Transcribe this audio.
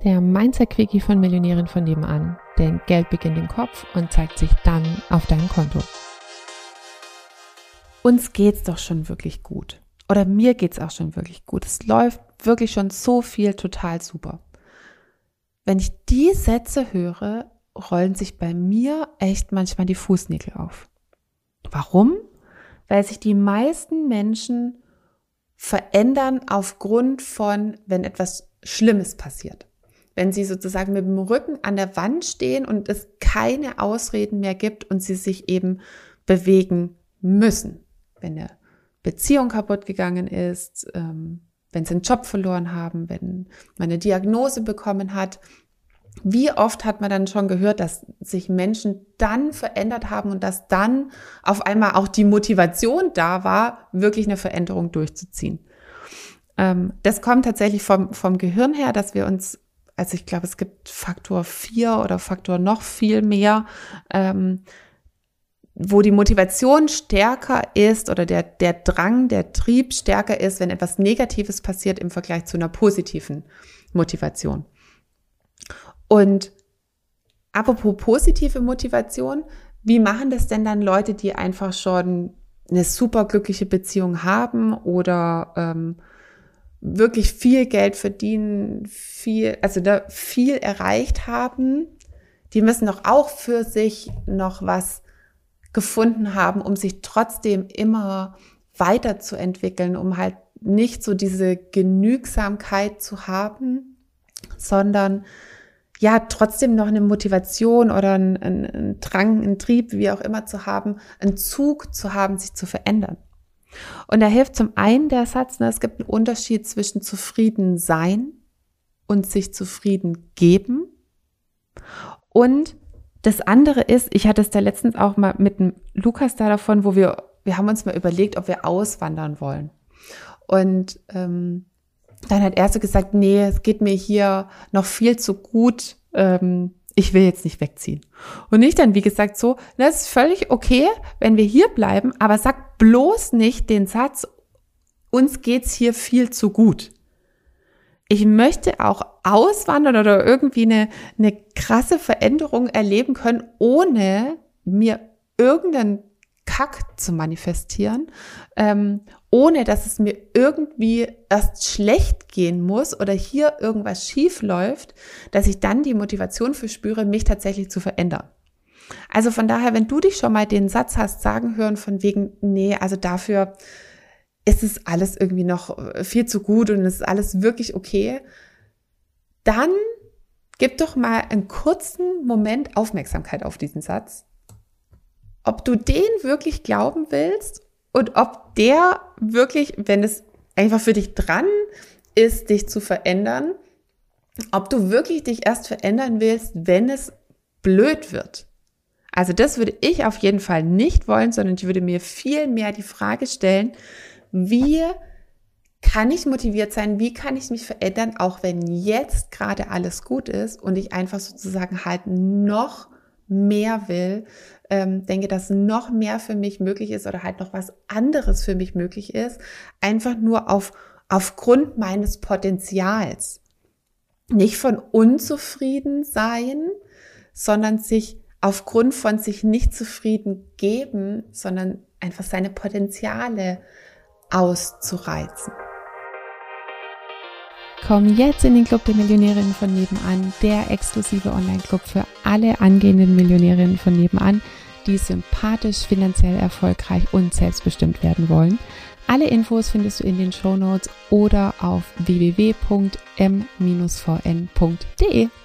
der Mindset-Quickie von Millionären von nebenan. Denn Geld beginnt im Kopf und zeigt sich dann auf deinem Konto. Uns geht's doch schon wirklich gut. Oder mir geht's auch schon wirklich gut. Es läuft wirklich schon so viel total super. Wenn ich die Sätze höre, rollen sich bei mir echt manchmal die Fußnägel auf. Warum? Weil sich die meisten Menschen verändern aufgrund von, wenn etwas Schlimmes passiert. Wenn sie sozusagen mit dem Rücken an der Wand stehen und es keine Ausreden mehr gibt und sie sich eben bewegen müssen. Wenn eine Beziehung kaputt gegangen ist, wenn sie einen Job verloren haben, wenn man eine Diagnose bekommen hat. Wie oft hat man dann schon gehört, dass sich Menschen dann verändert haben und dass dann auf einmal auch die Motivation da war, wirklich eine Veränderung durchzuziehen. Das kommt tatsächlich vom Gehirn her, dass wir uns, also ich glaube, es gibt Faktor 4 oder Faktor noch viel mehr, wo die Motivation stärker ist oder der Drang, der Trieb stärker ist, wenn etwas Negatives passiert im Vergleich zu einer positiven Motivation. Und apropos positive Motivation, wie machen das denn dann Leute, die einfach schon eine super glückliche Beziehung haben oder wirklich viel Geld verdienen, viel erreicht haben? Die müssen doch auch für sich noch was gefunden haben, um sich trotzdem immer weiterzuentwickeln, um halt nicht so diese Genügsamkeit zu haben, sondern ja, trotzdem noch eine Motivation oder einen Drang, einen Trieb, wie auch immer zu haben, einen Zug zu haben, sich zu verändern. Und da hilft zum einen der Satz, es gibt einen Unterschied zwischen zufrieden sein und sich zufrieden geben. Und das andere ist, ich hatte es da letztens auch mal mit dem Lukas da davon, wo wir haben uns mal überlegt, ob wir auswandern wollen. Und dann hat er so gesagt, nee, es geht mir hier noch viel zu gut, ich will jetzt nicht wegziehen. Und ich dann, wie gesagt, so, das ist völlig okay, wenn wir hier bleiben, aber sag bloß nicht den Satz, uns geht's hier viel zu gut. Ich möchte auch auswandern oder irgendwie eine krasse Veränderung erleben können, ohne mir irgendeinen Kack zu manifestieren, ohne dass es mir irgendwie erst schlecht gehen muss oder hier irgendwas schief läuft, dass ich dann die Motivation verspüre, mich tatsächlich zu verändern. Also von daher, wenn du dich schon mal den Satz hast sagen hören von wegen, nee, also dafür ist es alles irgendwie noch viel zu gut und es ist alles wirklich okay, dann gib doch mal einen kurzen Moment Aufmerksamkeit auf diesen Satz. Ob du den wirklich glauben willst und ob der wirklich, wenn es einfach für dich dran ist, dich zu verändern, ob du wirklich dich erst verändern willst, wenn es blöd wird. Also das würde ich auf jeden Fall nicht wollen, sondern ich würde mir viel mehr die Frage stellen, wie kann ich motiviert sein, wie kann ich mich verändern, auch wenn jetzt gerade alles gut ist und ich einfach sozusagen halt noch mehr will, denke, dass noch mehr für mich möglich ist oder halt noch was anderes für mich möglich ist, einfach nur aufgrund meines Potenzials. Nicht von unzufrieden sein, sondern sich aufgrund von sich nicht zufrieden geben, sondern einfach seine Potenziale auszureizen. Komm jetzt in den Club der Millionärinnen von nebenan, der exklusive Online-Club für alle angehenden Millionärinnen von nebenan, die sympathisch, finanziell erfolgreich und selbstbestimmt werden wollen. Alle Infos findest du in den Shownotes oder auf www.m-vn.de.